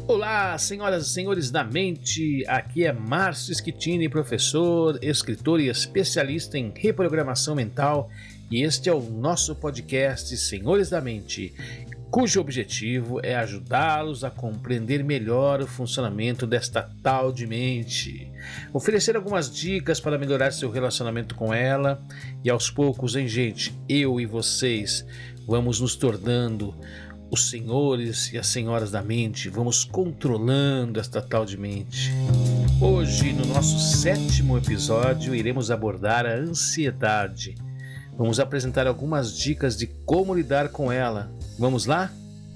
Olá, senhoras e senhores da mente, aqui é Márcio Schettini, professor, escritor e especialista em reprogramação mental, e este é o nosso podcast Senhores da Mente, cujo objetivo é ajudá-los a compreender melhor o funcionamento desta tal de mente, oferecer algumas dicas para melhorar seu relacionamento com ela, e aos poucos, hein, gente, eu e vocês vamos nos tornando os senhores e as senhoras da mente, vamos controlando esta tal de mente. Hoje, no nosso 7º episódio, iremos abordar a ansiedade. Vamos apresentar algumas dicas de como lidar com ela. Vamos lá?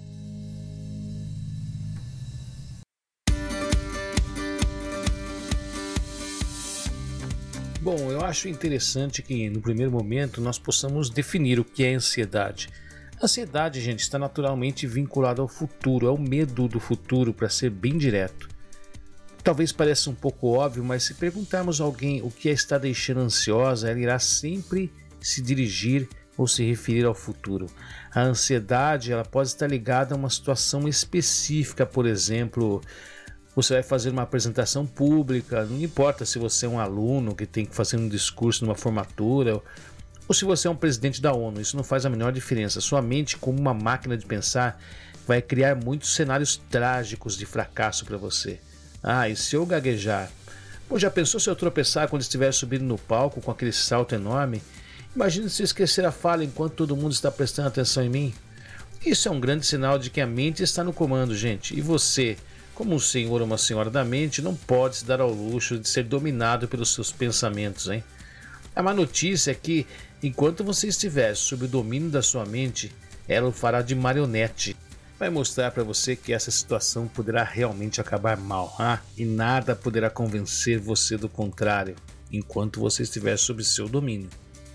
Bom, eu acho interessante que no primeiro momento nós possamos definir o que é ansiedade. A ansiedade, gente, está naturalmente vinculada ao futuro, ao medo do futuro, para ser bem direto. Talvez pareça um pouco óbvio, mas se perguntarmos a alguém o que a está deixando ansiosa, ela irá sempre se dirigir ou se referir ao futuro. A ansiedade, ela pode estar ligada a uma situação específica, por exemplo, você vai fazer uma apresentação pública, não importa se você é um aluno que tem que fazer um discurso numa formatura, ou se você é um presidente da ONU, isso não faz a menor diferença. Sua mente, como uma máquina de pensar, vai criar muitos cenários trágicos de fracasso para você. E se eu gaguejar? Pô, já pensou se eu tropeçar quando estiver subindo no palco com aquele salto enorme? Imagina se eu esquecer a fala enquanto todo mundo está prestando atenção em mim. Isso é um grande sinal de que a mente está no comando, gente. E você, como um senhor ou uma senhora da mente, não pode se dar ao luxo de ser dominado pelos seus pensamentos, hein? A má notícia é que, enquanto você estiver sob o domínio da sua mente, ela o fará de marionete. Vai mostrar para você que essa situação poderá realmente acabar mal, e nada poderá convencer você do contrário, enquanto você estiver sob seu domínio.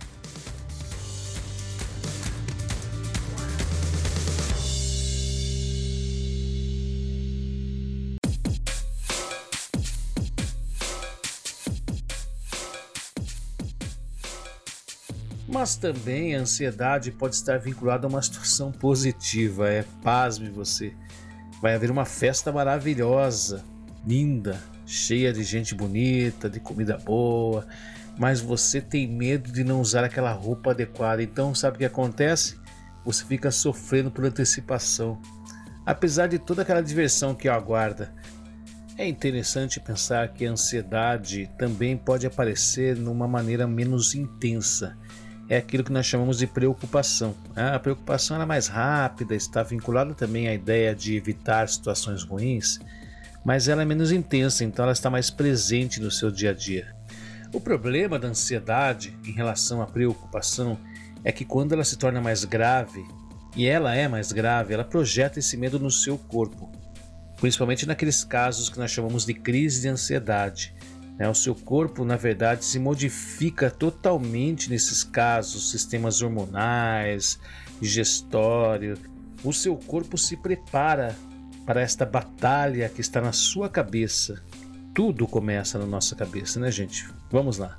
Mas também a ansiedade pode estar vinculada a uma situação positiva. Pasme você. Vai haver uma festa maravilhosa, linda, cheia de gente bonita, de comida boa, mas você tem medo de não usar aquela roupa adequada. Então, sabe o que acontece? Você fica sofrendo por antecipação, apesar de toda aquela diversão que o aguarda. É interessante pensar que a ansiedade também pode aparecer numa maneira menos intensa. É aquilo que nós chamamos de preocupação. A preocupação é mais rápida, está vinculada também à ideia de evitar situações ruins, mas ela é menos intensa, então ela está mais presente no seu dia a dia. O problema da ansiedade em relação à preocupação é que quando ela se torna mais grave, e ela é mais grave, ela projeta esse medo no seu corpo, principalmente naqueles casos que nós chamamos de crise de ansiedade. O seu corpo, na verdade, se modifica totalmente nesses casos, sistemas hormonais, digestório. O seu corpo se prepara para esta batalha que está na sua cabeça. Tudo começa na nossa cabeça, né, gente? Vamos lá.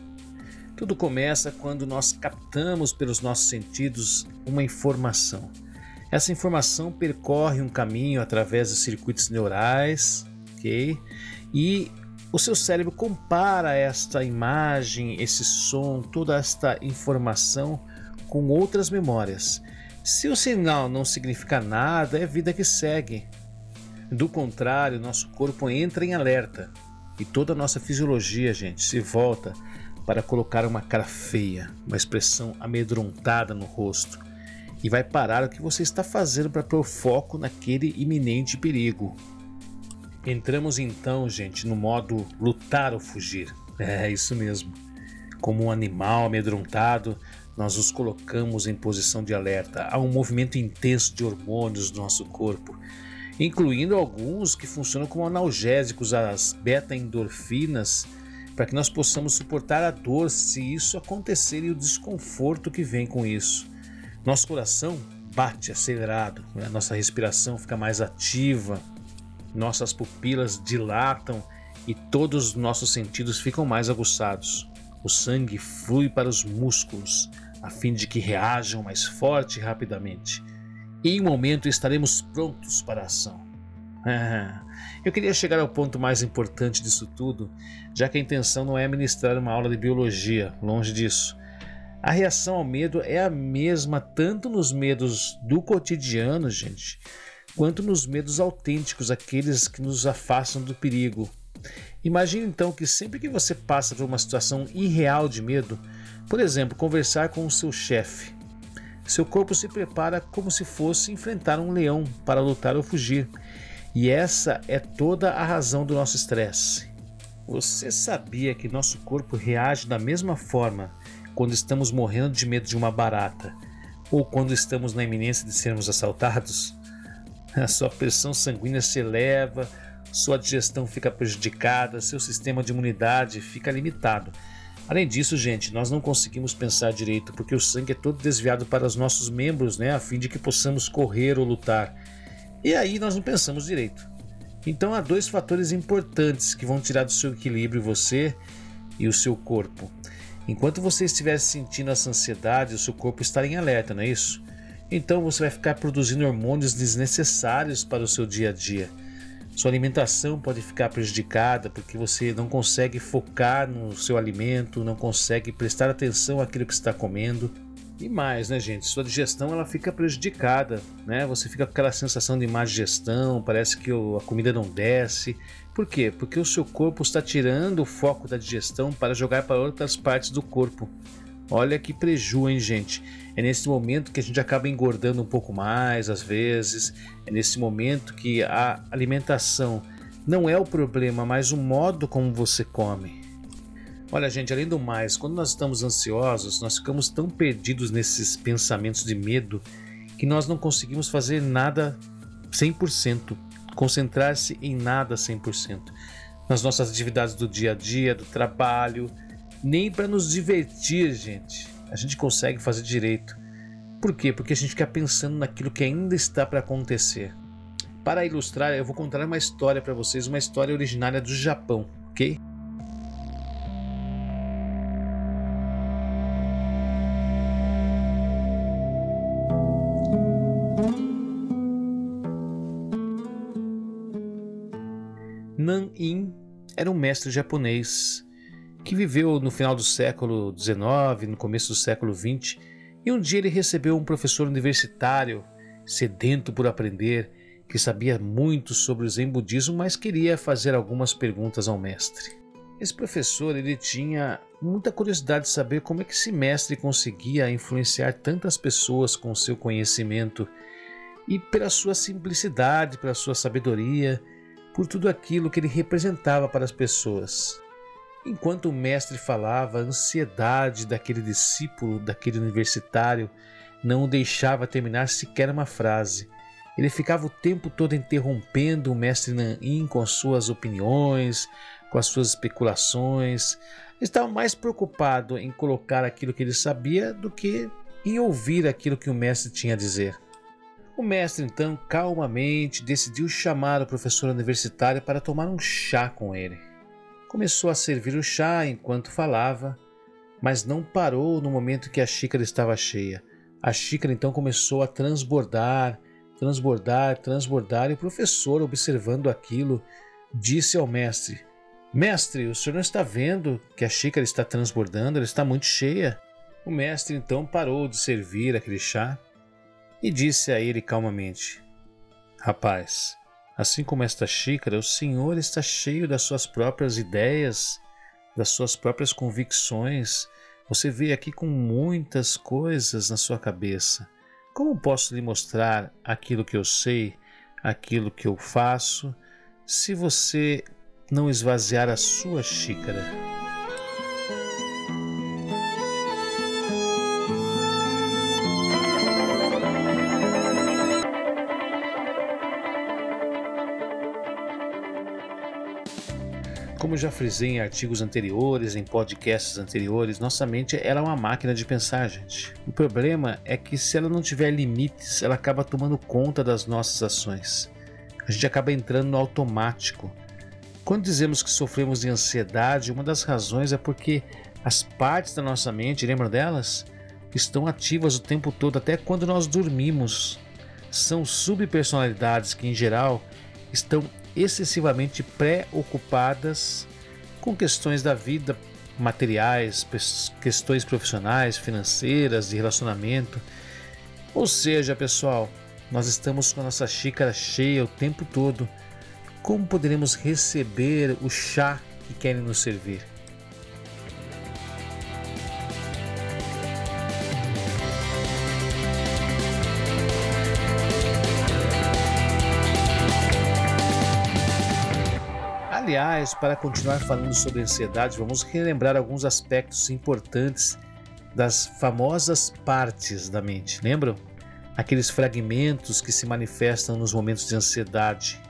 Tudo começa quando nós captamos pelos nossos sentidos uma informação. Essa informação percorre um caminho através dos circuitos neurais, ok? E o seu cérebro compara esta imagem, esse som, toda esta informação com outras memórias. Se o sinal não significa nada, é vida que segue. Do contrário, nosso corpo entra em alerta e toda a nossa fisiologia, gente, se volta para colocar uma cara feia, uma expressão amedrontada no rosto e vai parar o que você está fazendo para pôr foco naquele iminente perigo. Entramos então, gente, no modo lutar ou fugir. É isso mesmo. Como um animal amedrontado, nós nos colocamos em posição de alerta. Há um movimento intenso de hormônios no nosso corpo, incluindo alguns que funcionam como analgésicos, as beta-endorfinas, para que nós possamos suportar a dor se isso acontecer e o desconforto que vem com isso. Nosso coração bate acelerado, nossa respiração fica mais ativa, nossas pupilas dilatam e todos os nossos sentidos ficam mais aguçados. O sangue flui para os músculos, a fim de que reajam mais forte e rapidamente. Em um momento estaremos prontos para a ação. Eu queria chegar ao ponto mais importante disso tudo, já que a intenção não é ministrar uma aula de biologia, longe disso. A reação ao medo é a mesma tanto nos medos do cotidiano, gente, quanto nos medos autênticos, aqueles que nos afastam do perigo. Imagine então que sempre que você passa por uma situação irreal de medo, por exemplo, conversar com o seu chefe, seu corpo se prepara como se fosse enfrentar um leão para lutar ou fugir. E essa é toda a razão do nosso estresse. Você sabia que nosso corpo reage da mesma forma quando estamos morrendo de medo de uma barata ou quando estamos na iminência de sermos assaltados? A sua pressão sanguínea se eleva, sua digestão fica prejudicada, seu sistema de imunidade fica limitado. Além disso, gente, nós não conseguimos pensar direito porque o sangue é todo desviado para os nossos membros, a fim de que possamos correr ou lutar. E aí nós não pensamos direito. Então há dois fatores importantes que vão tirar do seu equilíbrio você e o seu corpo. Enquanto você estiver sentindo essa ansiedade, o seu corpo estará em alerta, não é isso? Então você vai ficar produzindo hormônios desnecessários para o seu dia a dia. Sua alimentação pode ficar prejudicada porque você não consegue focar no seu alimento, não consegue prestar atenção àquilo que está comendo. E mais, gente? Sua digestão ela fica prejudicada, Você fica com aquela sensação de má digestão, parece que a comida não desce. Por quê? Porque o seu corpo está tirando o foco da digestão para jogar para outras partes do corpo. Olha que preju, hein, gente? É nesse momento que a gente acaba engordando um pouco mais, às vezes. É nesse momento que a alimentação não é o problema, mas o modo como você come. Olha, gente, além do mais, quando nós estamos ansiosos, nós ficamos tão perdidos nesses pensamentos de medo que nós não conseguimos fazer nada 100%, concentrar-se em nada 100%. Nas nossas atividades do dia a dia, do trabalho, nem para nos divertir, gente, a gente consegue fazer direito. Por quê? Porque a gente fica pensando naquilo que ainda está para acontecer. Para ilustrar, eu vou contar uma história para vocês, uma história originária do Japão, ok? Nan-in era um mestre japonês que viveu no final do século XIX, no começo do século XX, e um dia ele recebeu um professor universitário sedento por aprender, que sabia muito sobre o Zen budismo, mas queria fazer algumas perguntas ao mestre. Esse professor ele tinha muita curiosidade de saber como é que esse mestre conseguia influenciar tantas pessoas com seu conhecimento e pela sua simplicidade, pela sua sabedoria, por tudo aquilo que ele representava para as pessoas. Enquanto o mestre falava, a ansiedade daquele discípulo, daquele universitário, não o deixava terminar sequer uma frase. Ele ficava o tempo todo interrompendo o mestre Nan-in com as suas opiniões, com as suas especulações. Ele estava mais preocupado em colocar aquilo que ele sabia do que em ouvir aquilo que o mestre tinha a dizer. O mestre, então, calmamente decidiu chamar o professor universitário para tomar um chá com ele. Começou a servir o chá enquanto falava, mas não parou no momento que a xícara estava cheia. A xícara então começou a transbordar, e o professor, observando aquilo, disse ao mestre: "Mestre, o senhor não está vendo que a xícara está transbordando? Ela está muito cheia." O mestre então parou de servir aquele chá e disse a ele calmamente: "Rapaz, assim como esta xícara, o senhor está cheio das suas próprias ideias, das suas próprias convicções. Você veio aqui com muitas coisas na sua cabeça. Como posso lhe mostrar aquilo que eu sei, aquilo que eu faço, se você não esvaziar a sua xícara?" Como já frisei em artigos anteriores, em podcasts anteriores, nossa mente ela é uma máquina de pensar, gente. O problema é que se ela não tiver limites, ela acaba tomando conta das nossas ações. A gente acaba entrando no automático. Quando dizemos que sofremos de ansiedade, uma das razões é porque as partes da nossa mente, lembram delas? Estão ativas o tempo todo, até quando nós dormimos. São subpersonalidades que, em geral, estão excessivamente preocupadas com questões da vida, materiais, questões profissionais, financeiras, de relacionamento. Ou seja, pessoal, nós estamos com a nossa xícara cheia o tempo todo. Como poderemos receber o chá que querem nos servir? Aliás, para continuar falando sobre ansiedade, vamos relembrar alguns aspectos importantes das famosas partes da mente. Lembram? Aqueles fragmentos que se manifestam nos momentos de ansiedade.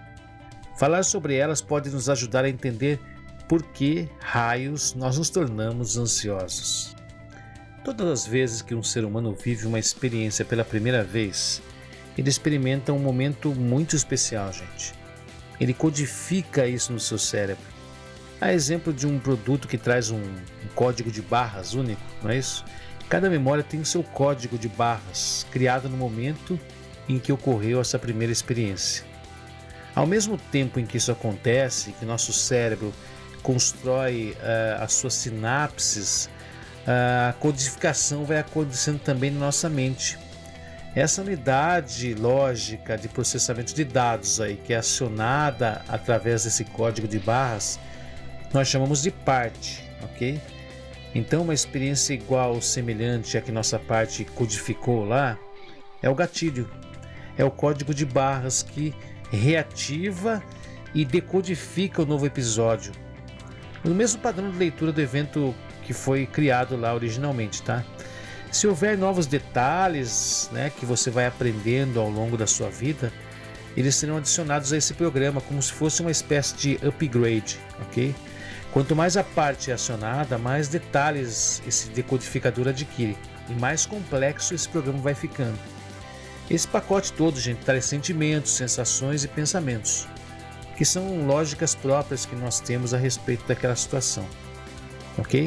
Falar sobre elas pode nos ajudar a entender por que raios nós nos tornamos ansiosos. Todas as vezes que um ser humano vive uma experiência pela primeira vez, ele experimenta um momento muito especial, gente. Ele codifica isso no seu cérebro. A exemplo de um produto que traz um código de barras único, não é isso? Cada memória tem o seu código de barras, criado no momento em que ocorreu essa primeira experiência. Ao mesmo tempo em que isso acontece, que nosso cérebro constrói as suas sinapses, a codificação vai acontecendo também na nossa mente. Essa unidade lógica de processamento de dados aí, que é acionada através desse código de barras, nós chamamos de parte, ok? Então, uma experiência igual, semelhante à que nossa parte codificou lá, é o gatilho, é o código de barras que reativa e decodifica o novo episódio, no mesmo padrão de leitura do evento que foi criado lá originalmente, tá? Se houver novos detalhes, né, que você vai aprendendo ao longo da sua vida, eles serão adicionados a esse programa como se fosse uma espécie de upgrade, ok? Quanto mais a parte é acionada, mais detalhes esse decodificador adquire e mais complexo esse programa vai ficando. Esse pacote todo, gente, traz sentimentos, sensações e pensamentos, que são lógicas próprias que nós temos a respeito daquela situação, ok?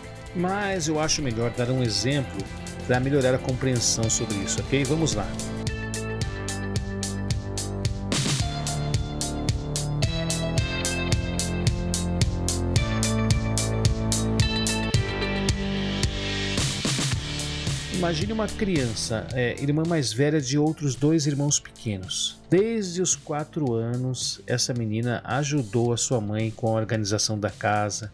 Mas eu acho melhor dar um exemplo para melhorar a compreensão sobre isso, ok? Vamos lá. Imagine uma criança, irmã mais velha de outros 2 irmãos pequenos. Desde os 4 anos, essa menina ajudou a sua mãe com a organização da casa,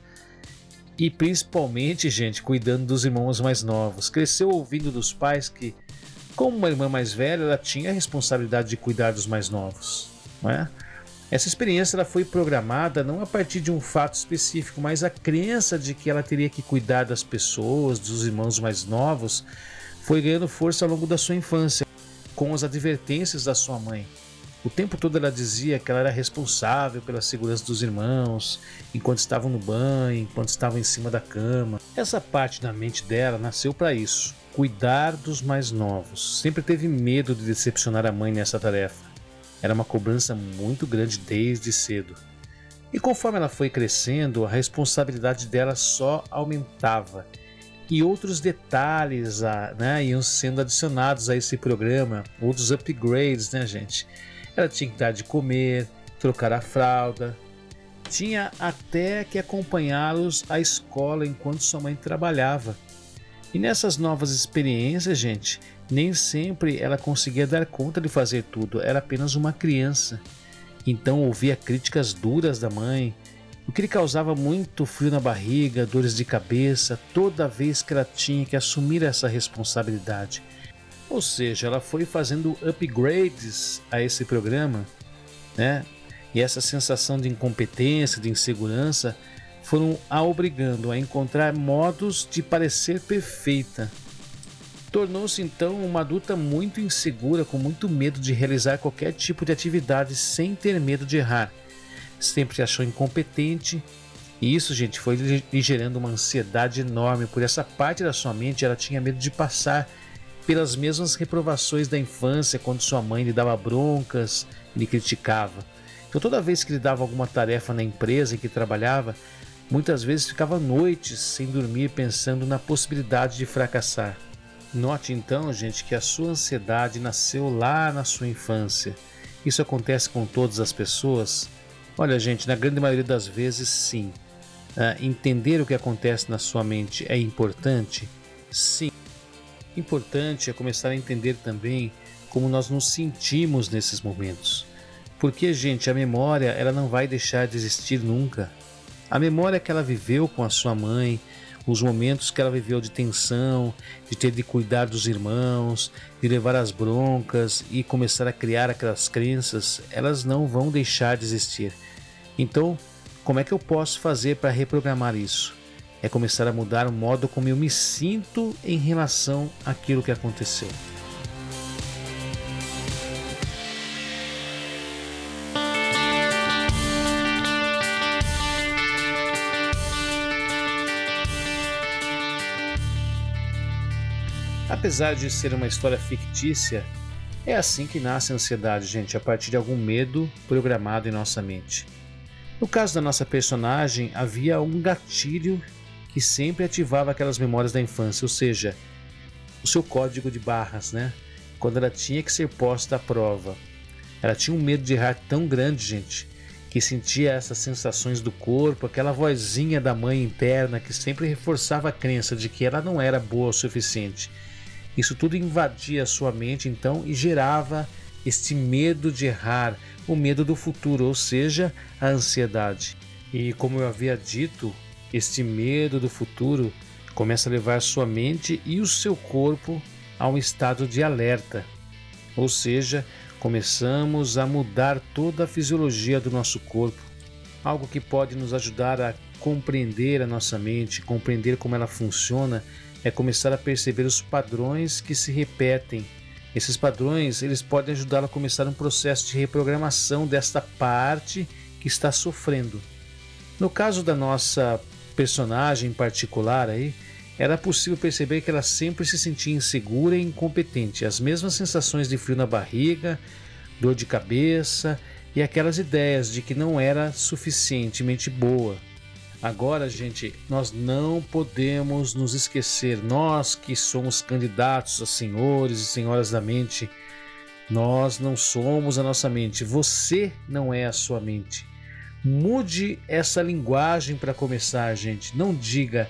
e principalmente, gente, cuidando dos irmãos mais novos. Cresceu ouvindo dos pais que, como uma irmã mais velha, ela tinha a responsabilidade de cuidar dos mais novos, não é? Essa experiência ela foi programada não a partir de um fato específico, mas a crença de que ela teria que cuidar das pessoas, dos irmãos mais novos, foi ganhando força ao longo da sua infância, com as advertências da sua mãe. O tempo todo ela dizia que ela era responsável pela segurança dos irmãos, enquanto estavam no banho, enquanto estavam em cima da cama. Essa parte da mente dela nasceu para isso, cuidar dos mais novos. Sempre teve medo de decepcionar a mãe nessa tarefa. Era uma cobrança muito grande desde cedo. E conforme ela foi crescendo, a responsabilidade dela só aumentava. E outros detalhes iam sendo adicionados a esse programa, outros upgrades, né, gente? Ela tinha que dar de comer, trocar a fralda, tinha até que acompanhá-los à escola enquanto sua mãe trabalhava. E nessas novas experiências, gente, nem sempre ela conseguia dar conta de fazer tudo, era apenas uma criança. Então ouvia críticas duras da mãe, o que lhe causava muito frio na barriga, dores de cabeça, toda vez que ela tinha que assumir essa responsabilidade. Ou seja, ela foi fazendo upgrades a esse programa, né? E essa sensação de incompetência, de insegurança, foram a obrigando a encontrar modos de parecer perfeita. Tornou-se então uma adulta muito insegura, com muito medo de realizar qualquer tipo de atividade sem ter medo de errar. Sempre se achou incompetente, e isso, gente, foi lhe gerando uma ansiedade enorme. Por essa parte da sua mente, ela tinha medo de passar pelas mesmas reprovações da infância, quando sua mãe lhe dava broncas e lhe criticava. Então toda vez que lhe dava alguma tarefa na empresa em que trabalhava, muitas vezes ficava noites sem dormir pensando na possibilidade de fracassar. Note então, gente, que a sua ansiedade nasceu lá na sua infância Isso acontece com todas as pessoas? Olha, gente, na grande maioria das vezes, sim. Entender o que acontece na sua mente é importante? Sim. Importante é começar a entender também como nós nos sentimos nesses momentos. Porque, gente, a memória ela não vai deixar de existir nunca. A memória que ela viveu com a sua mãe, os momentos que ela viveu de tensão, de ter de cuidar dos irmãos, de levar as broncas e começar a criar aquelas crenças, elas não vão deixar de existir. Então, como é que eu posso fazer para reprogramar isso? É começar a mudar o modo como eu me sinto em relação àquilo que aconteceu. Apesar de ser uma história fictícia, é assim que nasce a ansiedade, gente, a partir de algum medo programado em nossa mente. No caso da nossa personagem, havia um gatilho que sempre ativava aquelas memórias da infância, ou seja, o seu código de barras, né? Quando ela tinha que ser posta à prova. Ela tinha um medo de errar tão grande, gente, que sentia essas sensações do corpo, aquela vozinha da mãe interna que sempre reforçava a crença de que ela não era boa o suficiente. Isso tudo invadia a sua mente, então, e gerava este medo de errar, o medo do futuro, ou seja, a ansiedade. E como eu havia dito, este medo do futuro começa a levar sua mente e o seu corpo a um estado de alerta. Ou seja, começamos a mudar toda a fisiologia do nosso corpo. Algo que pode nos ajudar a compreender a nossa mente, compreender como ela funciona, é começar a perceber os padrões que se repetem. Esses padrões, eles podem ajudar a começar um processo de reprogramação desta parte que está sofrendo. No caso da nossa personagem em particular aí, era possível perceber que ela sempre se sentia insegura e incompetente. As mesmas sensações de frio na barriga, dor de cabeça e aquelas ideias de que não era suficientemente boa. Agora, gente, nós não podemos nos esquecer, nós que somos candidatos a senhores e senhoras da mente, nós não somos a nossa mente, você não é a sua mente. Mude essa linguagem para começar, gente. Não diga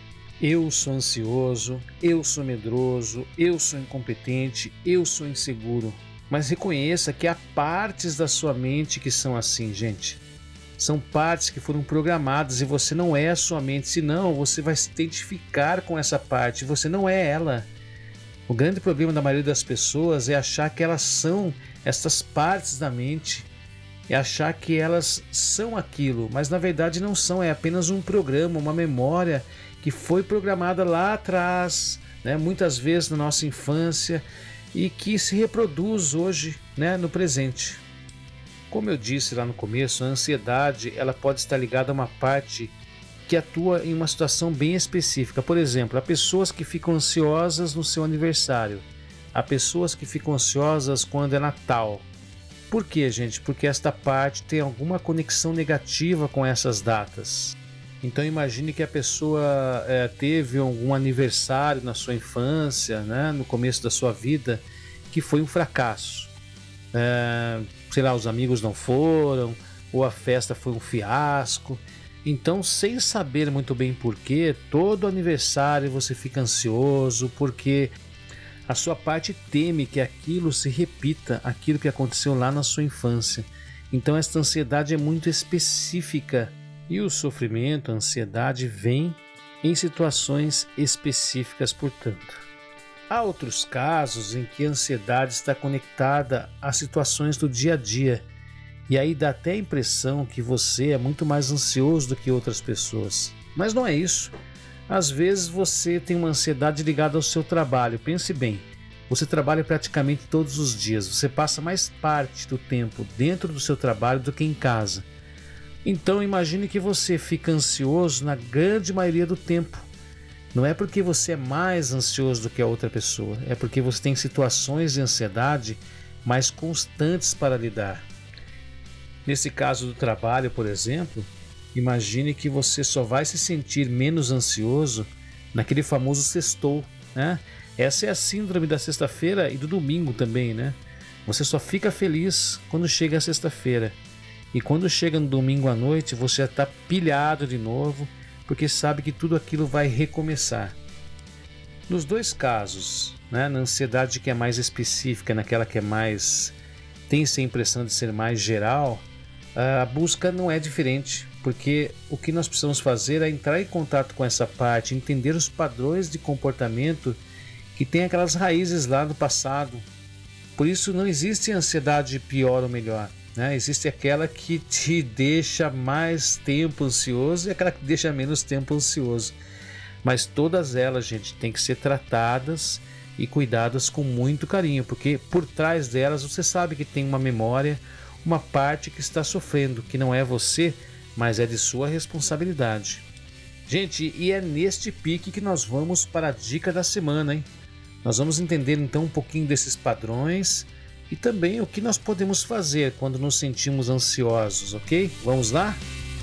eu sou ansioso, eu sou medroso, eu sou incompetente, eu sou inseguro. Mas reconheça que há partes da sua mente que são assim, gente. São partes que foram programadas e você não é a sua mente, senão você vai se identificar com essa parte, você não é ela. O grande problema da maioria das pessoas é achar que elas são essas partes da mente, é achar que elas são aquilo, mas na verdade não são, é apenas um programa, uma memória que foi programada lá atrás, né, muitas vezes na nossa infância e que se reproduz hoje, né, no presente. Como eu disse lá no começo, a ansiedade ela pode estar ligada a uma parte que atua em uma situação bem específica. Por exemplo, há pessoas que ficam ansiosas no seu aniversário, há pessoas que ficam ansiosas quando é Natal. Por quê, gente? Porque esta parte tem alguma conexão negativa com essas datas. Então imagine que a pessoa teve algum aniversário na sua infância, né, no começo da sua vida, que foi um fracasso. Sei lá, os amigos não foram, ou a festa foi um fiasco. Então, sem saber muito bem porquê, todo aniversário você fica ansioso, porque a sua parte teme que aquilo se repita, aquilo que aconteceu lá na sua infância. Então, esta ansiedade é muito específica. E o sofrimento, a ansiedade, vem em situações específicas, portanto. Há outros casos em que a ansiedade está conectada a situações do dia a dia, e aí dá até a impressão que você é muito mais ansioso do que outras pessoas. Mas não é isso. Às vezes você tem uma ansiedade ligada ao seu trabalho. Pense bem, você trabalha praticamente todos os dias, você passa mais parte do tempo dentro do seu trabalho do que em casa. Então imagine que você fica ansioso na grande maioria do tempo. Não é porque você é mais ansioso do que a outra pessoa, é porque você tem situações de ansiedade mais constantes para lidar. Nesse caso do trabalho, por exemplo, imagine que você só vai se sentir menos ansioso naquele famoso sextou, né? Essa é a síndrome da sexta-feira e do domingo também, né? Você só fica feliz quando chega a sexta-feira. E quando chega no domingo à noite, você já está pilhado de novo, porque sabe que tudo aquilo vai recomeçar. Nos dois casos, né, na ansiedade que é mais específica, naquela que é mais tem essa impressão de ser mais geral, a busca não é diferente, porque o que nós precisamos fazer é entrar em contato com essa parte, entender os padrões de comportamento que tem aquelas raízes lá do passado. Por isso não existe ansiedade pior ou melhor. Né? Existe aquela que te deixa mais tempo ansioso e aquela que deixa menos tempo ansioso. Mas todas elas, gente, têm que ser tratadas e cuidadas com muito carinho, porque por trás delas você sabe que tem uma memória, uma parte que está sofrendo, que não é você, mas é de sua responsabilidade. Gente, e é neste pique que nós vamos para a dica da semana, hein? Nós vamos entender então um pouquinho desses padrões e também o que nós podemos fazer quando nos sentimos ansiosos, ok? Vamos lá?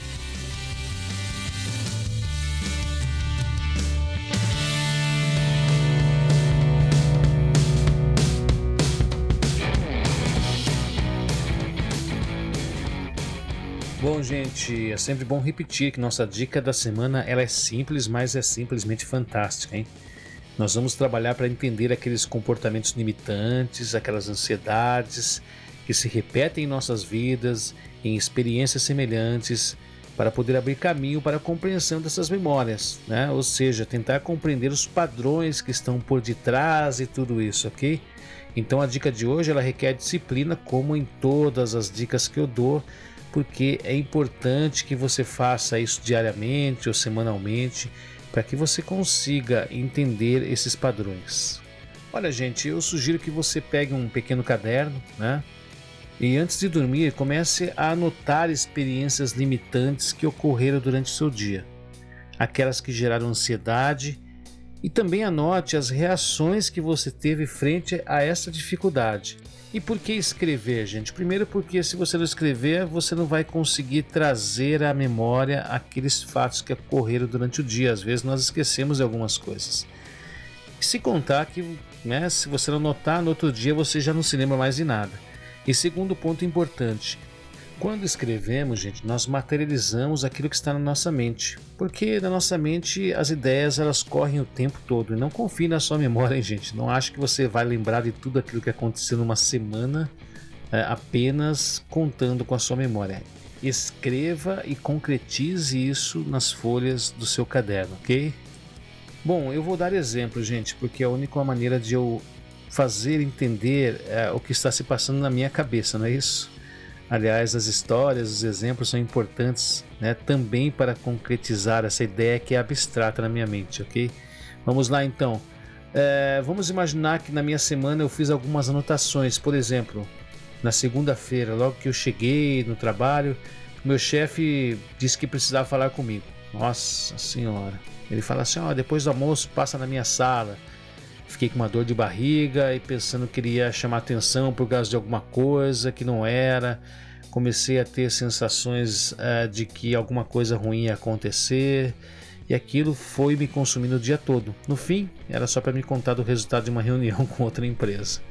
Bom, gente, é sempre bom repetir que nossa dica da semana ela é simples, mas é simplesmente fantástica, hein? Nós vamos trabalhar para entender aqueles comportamentos limitantes, aquelas ansiedades que se repetem em nossas vidas, em experiências semelhantes, para poder abrir caminho para a compreensão dessas memórias, né? Ou seja, tentar compreender os padrões que estão por detrás de tudo isso, ok? Então a dica de hoje ela requer disciplina, como em todas as dicas que eu dou, porque é importante que você faça isso diariamente ou semanalmente, para que você consiga entender esses padrões. Olha, gente, eu sugiro que você pegue um pequeno caderno, né? E antes de dormir, comece a anotar experiências limitantes que ocorreram durante o seu dia, aquelas que geraram ansiedade, e também anote as reações que você teve frente a essa dificuldade. E por que escrever, gente? Primeiro porque se você não escrever, você não vai conseguir trazer à memória aqueles fatos que ocorreram durante o dia. Às vezes nós esquecemos de algumas coisas. E se contar que, né, se você não anotar, no outro dia você já não se lembra mais de nada. E segundo ponto importante, quando escrevemos, gente, nós materializamos aquilo que está na nossa mente. Porque na nossa mente as ideias elas correm o tempo todo. E não confie na sua memória, hein, gente. Não acho que você vai lembrar de tudo aquilo que aconteceu numa semana apenas contando com a sua memória. Escreva e concretize isso nas folhas do seu caderno, ok? Bom, eu vou dar exemplo, gente, porque é a única maneira de eu fazer entender o que está se passando na minha cabeça, não é isso? Aliás, as histórias, os exemplos são importantes, né, também para concretizar essa ideia que é abstrata na minha mente, ok? Vamos lá então. Vamos imaginar que na minha semana eu fiz algumas anotações. Por exemplo, na segunda-feira, logo que eu cheguei no trabalho, meu chefe disse que precisava falar comigo. Nossa senhora. Ele fala assim, depois do almoço passa na minha sala. Fiquei com uma dor de barriga e pensando que ele ia chamar atenção por causa de alguma coisa que não era. Comecei a ter sensações de que alguma coisa ruim ia acontecer e aquilo foi me consumindo o dia todo. No fim, era só para me contar do resultado de uma reunião com outra empresa.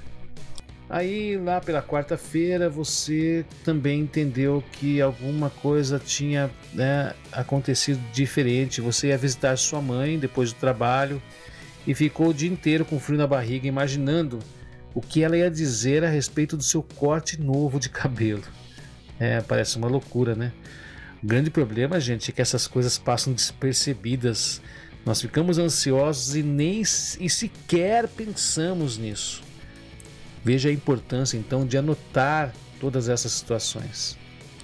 Aí lá pela quarta-feira você também entendeu que alguma coisa tinha acontecido diferente. Você ia visitar sua mãe depois do trabalho e ficou o dia inteiro com frio na barriga, imaginando o que ela ia dizer a respeito do seu corte novo de cabelo. Parece uma loucura, né? O grande problema, gente, é que essas coisas passam despercebidas. Nós ficamos ansiosos e sequer pensamos nisso. Veja a importância, então, de anotar todas essas situações.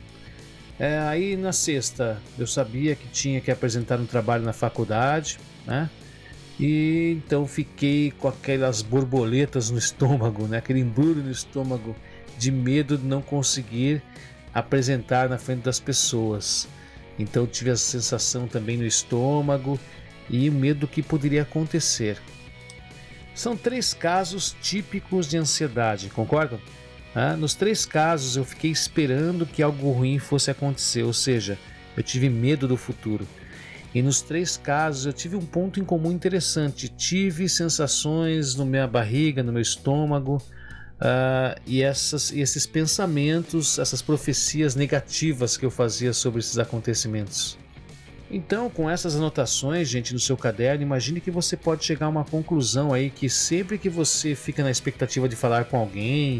Aí na sexta, eu sabia que tinha que apresentar um trabalho na faculdade, né? E então fiquei com aquelas borboletas no estômago, né? Aquele embrulho no estômago de medo de não conseguir apresentar na frente das pessoas. Então tive a sensação também no estômago e o medo do que poderia acontecer. São 3 casos típicos de ansiedade, concordam? Nos 3 casos eu fiquei esperando que algo ruim fosse acontecer, ou seja, eu tive medo do futuro. E nos 3 casos eu tive um ponto em comum interessante. Tive sensações na minha barriga, no meu estômago, e esses pensamentos, essas profecias negativas que eu fazia sobre esses acontecimentos. Então, com essas anotações, gente, no seu caderno, imagine que você pode chegar a uma conclusão aí que sempre que você fica na expectativa de falar com alguém,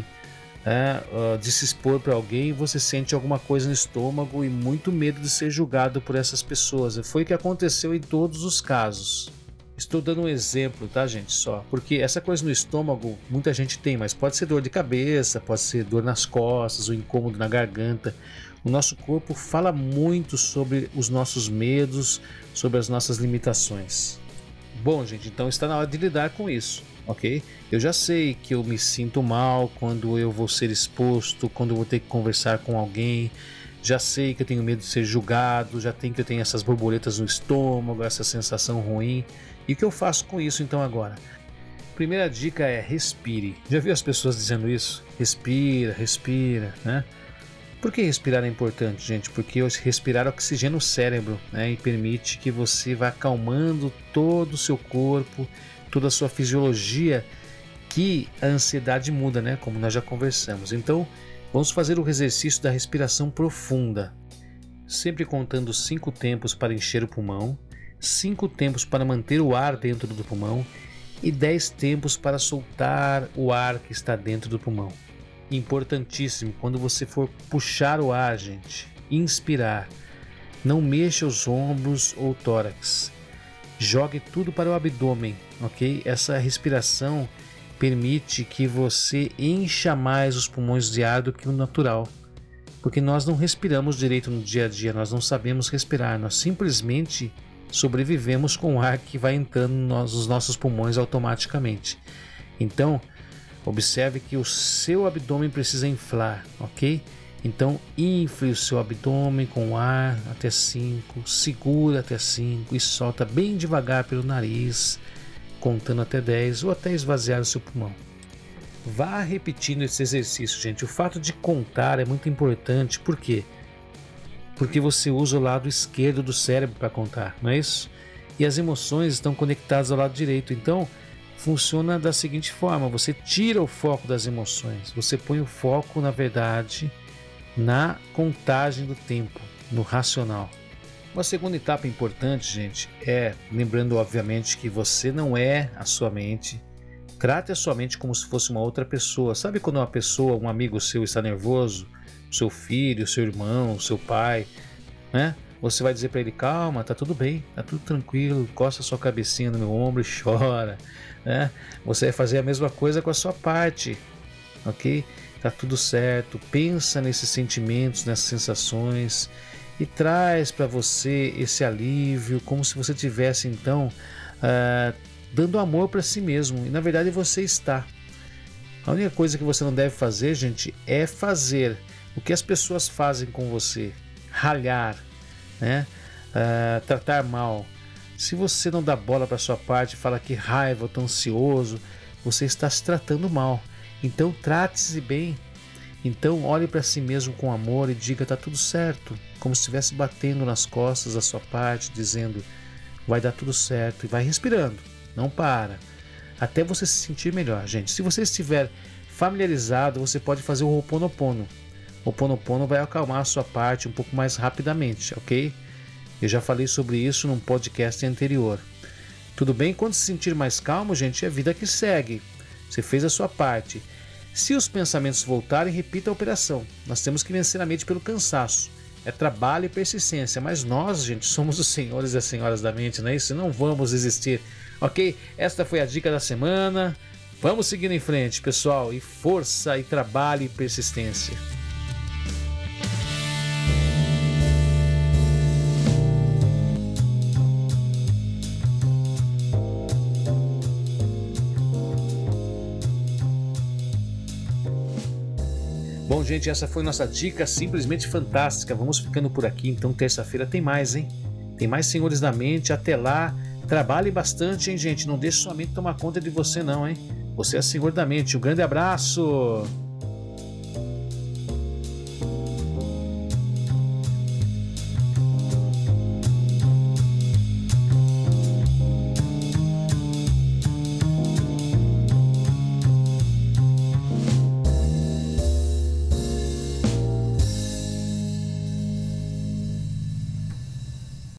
de se expor para alguém, você sente alguma coisa no estômago e muito medo de ser julgado por essas pessoas. Foi o que aconteceu em todos os casos. Estou dando um exemplo, tá, gente? Só porque essa coisa no estômago muita gente tem, mas pode ser dor de cabeça, pode ser dor nas costas, o incômodo na garganta. O nosso corpo fala muito sobre os nossos medos, sobre as nossas limitações. Bom, gente, então está na hora de lidar com isso, ok? Eu já sei que eu me sinto mal quando eu vou ser exposto, quando eu vou ter que conversar com alguém. Já sei que eu tenho medo de ser julgado, já sei que eu tenho essas borboletas no estômago, essa sensação ruim. E o que eu faço com isso então agora? Primeira dica é respire. Já viu as pessoas dizendo isso? Respira, respira, né? Por que respirar é importante, gente? Porque respirar oxigena o cérebro, né? E permite que você vá acalmando todo o seu corpo, toda a sua fisiologia, que a ansiedade muda, né? Como nós já conversamos. Então, vamos fazer o exercício da respiração profunda. Sempre contando 5 tempos para encher o pulmão, 5 tempos para manter o ar dentro do pulmão e 10 tempos para soltar o ar que está dentro do pulmão. Importantíssimo, quando você for puxar o ar, gente, inspirar, não mexa os ombros ou tórax, jogue tudo para o abdômen, ok? Essa respiração permite que você encha mais os pulmões de ar do que o natural, porque nós não respiramos direito no dia a dia, nós não sabemos respirar, nós simplesmente sobrevivemos com o ar que vai entrando nos nossos pulmões automaticamente. Então, observe que o seu abdômen precisa inflar, ok? Então, infle o seu abdômen com ar até 5, segura até 5 e solta bem devagar pelo nariz, contando até 10 ou até esvaziar o seu pulmão. Vá repetindo esse exercício, gente. O fato de contar é muito importante, por quê? Porque você usa o lado esquerdo do cérebro para contar, não é isso? E as emoções estão conectadas ao lado direito, então funciona da seguinte forma: você tira o foco das emoções, você põe o foco, na verdade, na contagem do tempo, no racional. Uma segunda etapa importante, gente, é, lembrando obviamente que você não é a sua mente, trate a sua mente como se fosse uma outra pessoa. Sabe quando uma pessoa, um amigo seu está nervoso, seu filho, seu irmão, seu pai, né? Você vai dizer para ele: calma, tá tudo bem, tá tudo tranquilo, encosta sua cabecinha no meu ombro e chora, né? Você vai fazer a mesma coisa com a sua parte, ok? Tá tudo certo, pensa nesses sentimentos, nessas sensações e traz para você esse alívio, como se você tivesse então dando amor para si mesmo, e na verdade você está. A única coisa que você não deve fazer, gente, é fazer o que as pessoas fazem com você, ralhar, né? Tratar mal. Se você não dá bola para sua parte, fala que raiva, eu tô ansioso, você está se tratando mal. Então trate-se bem. Então olhe para si mesmo com amor e diga: tá tudo certo, como se estivesse batendo nas costas da sua parte, dizendo: vai dar tudo certo, e vai respirando, não para, até você se sentir melhor, gente. Se você estiver familiarizado, você pode fazer o Ho'oponopono. O Ho'oponopono vai acalmar a sua parte um pouco mais rapidamente, ok? Eu já falei sobre isso num podcast anterior. Tudo bem? Quando se sentir mais calmo, gente, é a vida que segue. Você fez a sua parte. Se os pensamentos voltarem, repita a operação. Nós temos que vencer a mente pelo cansaço. É trabalho e persistência, mas nós, gente, somos os senhores e as senhoras da mente, não é isso? Não vamos desistir, ok? Esta foi a dica da semana. Vamos seguir em frente, pessoal, e força, e trabalho e persistência. Bom, gente, essa foi nossa dica simplesmente fantástica. Vamos ficando por aqui, então terça-feira tem mais, hein? Tem mais Senhores da Mente. Até lá, trabalhe bastante, hein, gente? Não deixe sua mente tomar conta de você não, hein? Você é senhor da mente. Um grande abraço!